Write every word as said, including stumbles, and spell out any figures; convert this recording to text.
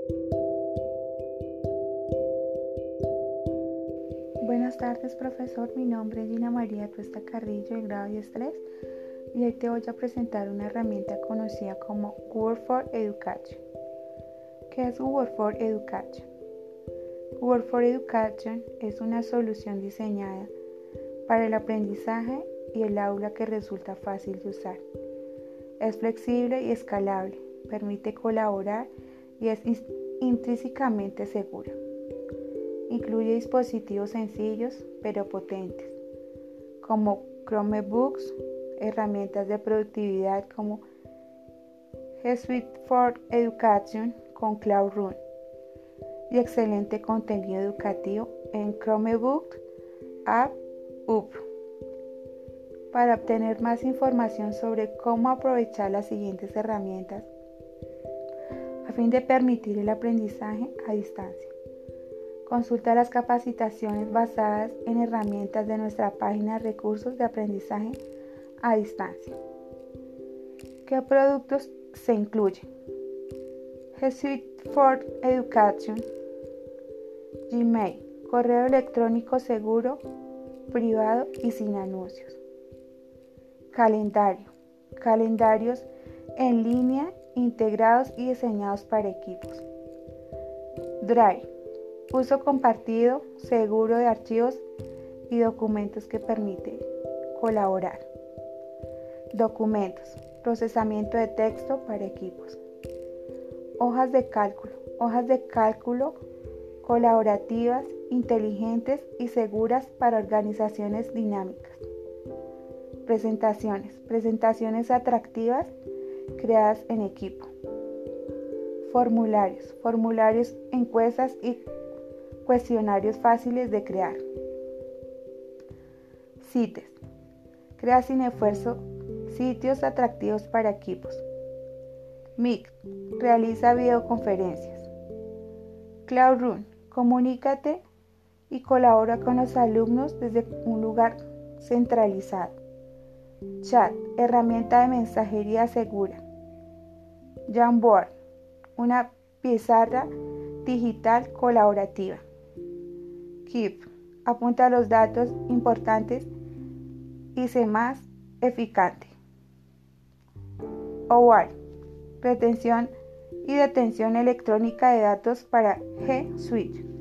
Buenas tardes, profesor. Mi nombre es Gina María Tuesta Carrillo, de grado diez tres, y hoy te voy a presentar una herramienta conocida como Word for Education. ¿Qué es Word for Education? Word for Education es una solución diseñada para el aprendizaje y el aula que resulta fácil de usar. Es flexible y escalable, permite colaborar y es intrínsecamente segura. Incluye dispositivos sencillos pero potentes, como Chromebooks, herramientas de productividad como G Suite for Education con Classroom y excelente contenido educativo en Chromebook App U P. Para obtener más información sobre cómo aprovechar las siguientes herramientas a fin de permitir el aprendizaje a distancia, consulta las capacitaciones basadas en herramientas de nuestra página de recursos de aprendizaje a distancia. ¿Qué productos se incluyen? G Suite for Education, Gmail, correo electrónico seguro, privado y sin anuncios. Calendario, calendarios en línea integrados y diseñados para equipos. Drive, uso compartido, seguro de archivos y documentos que permite colaborar. Documentos, procesamiento de texto para equipos. Hojas de cálculo, hojas de cálculo colaborativas, inteligentes y seguras para organizaciones dinámicas. Presentaciones, presentaciones atractivas creadas en equipo. Formularios, formularios, encuestas y cuestionarios fáciles de crear. CITES, crea sin esfuerzo sitios atractivos para equipos. Meet, realiza videoconferencias. Classroom, comunícate y colabora con los alumnos desde un lugar centralizado. Chat, herramienta de mensajería segura. Jamboard, una pizarra digital colaborativa. Keep, apunta los datos importantes y sé más eficaz. O W A R, retención y detención electrónica de datos para G Suite.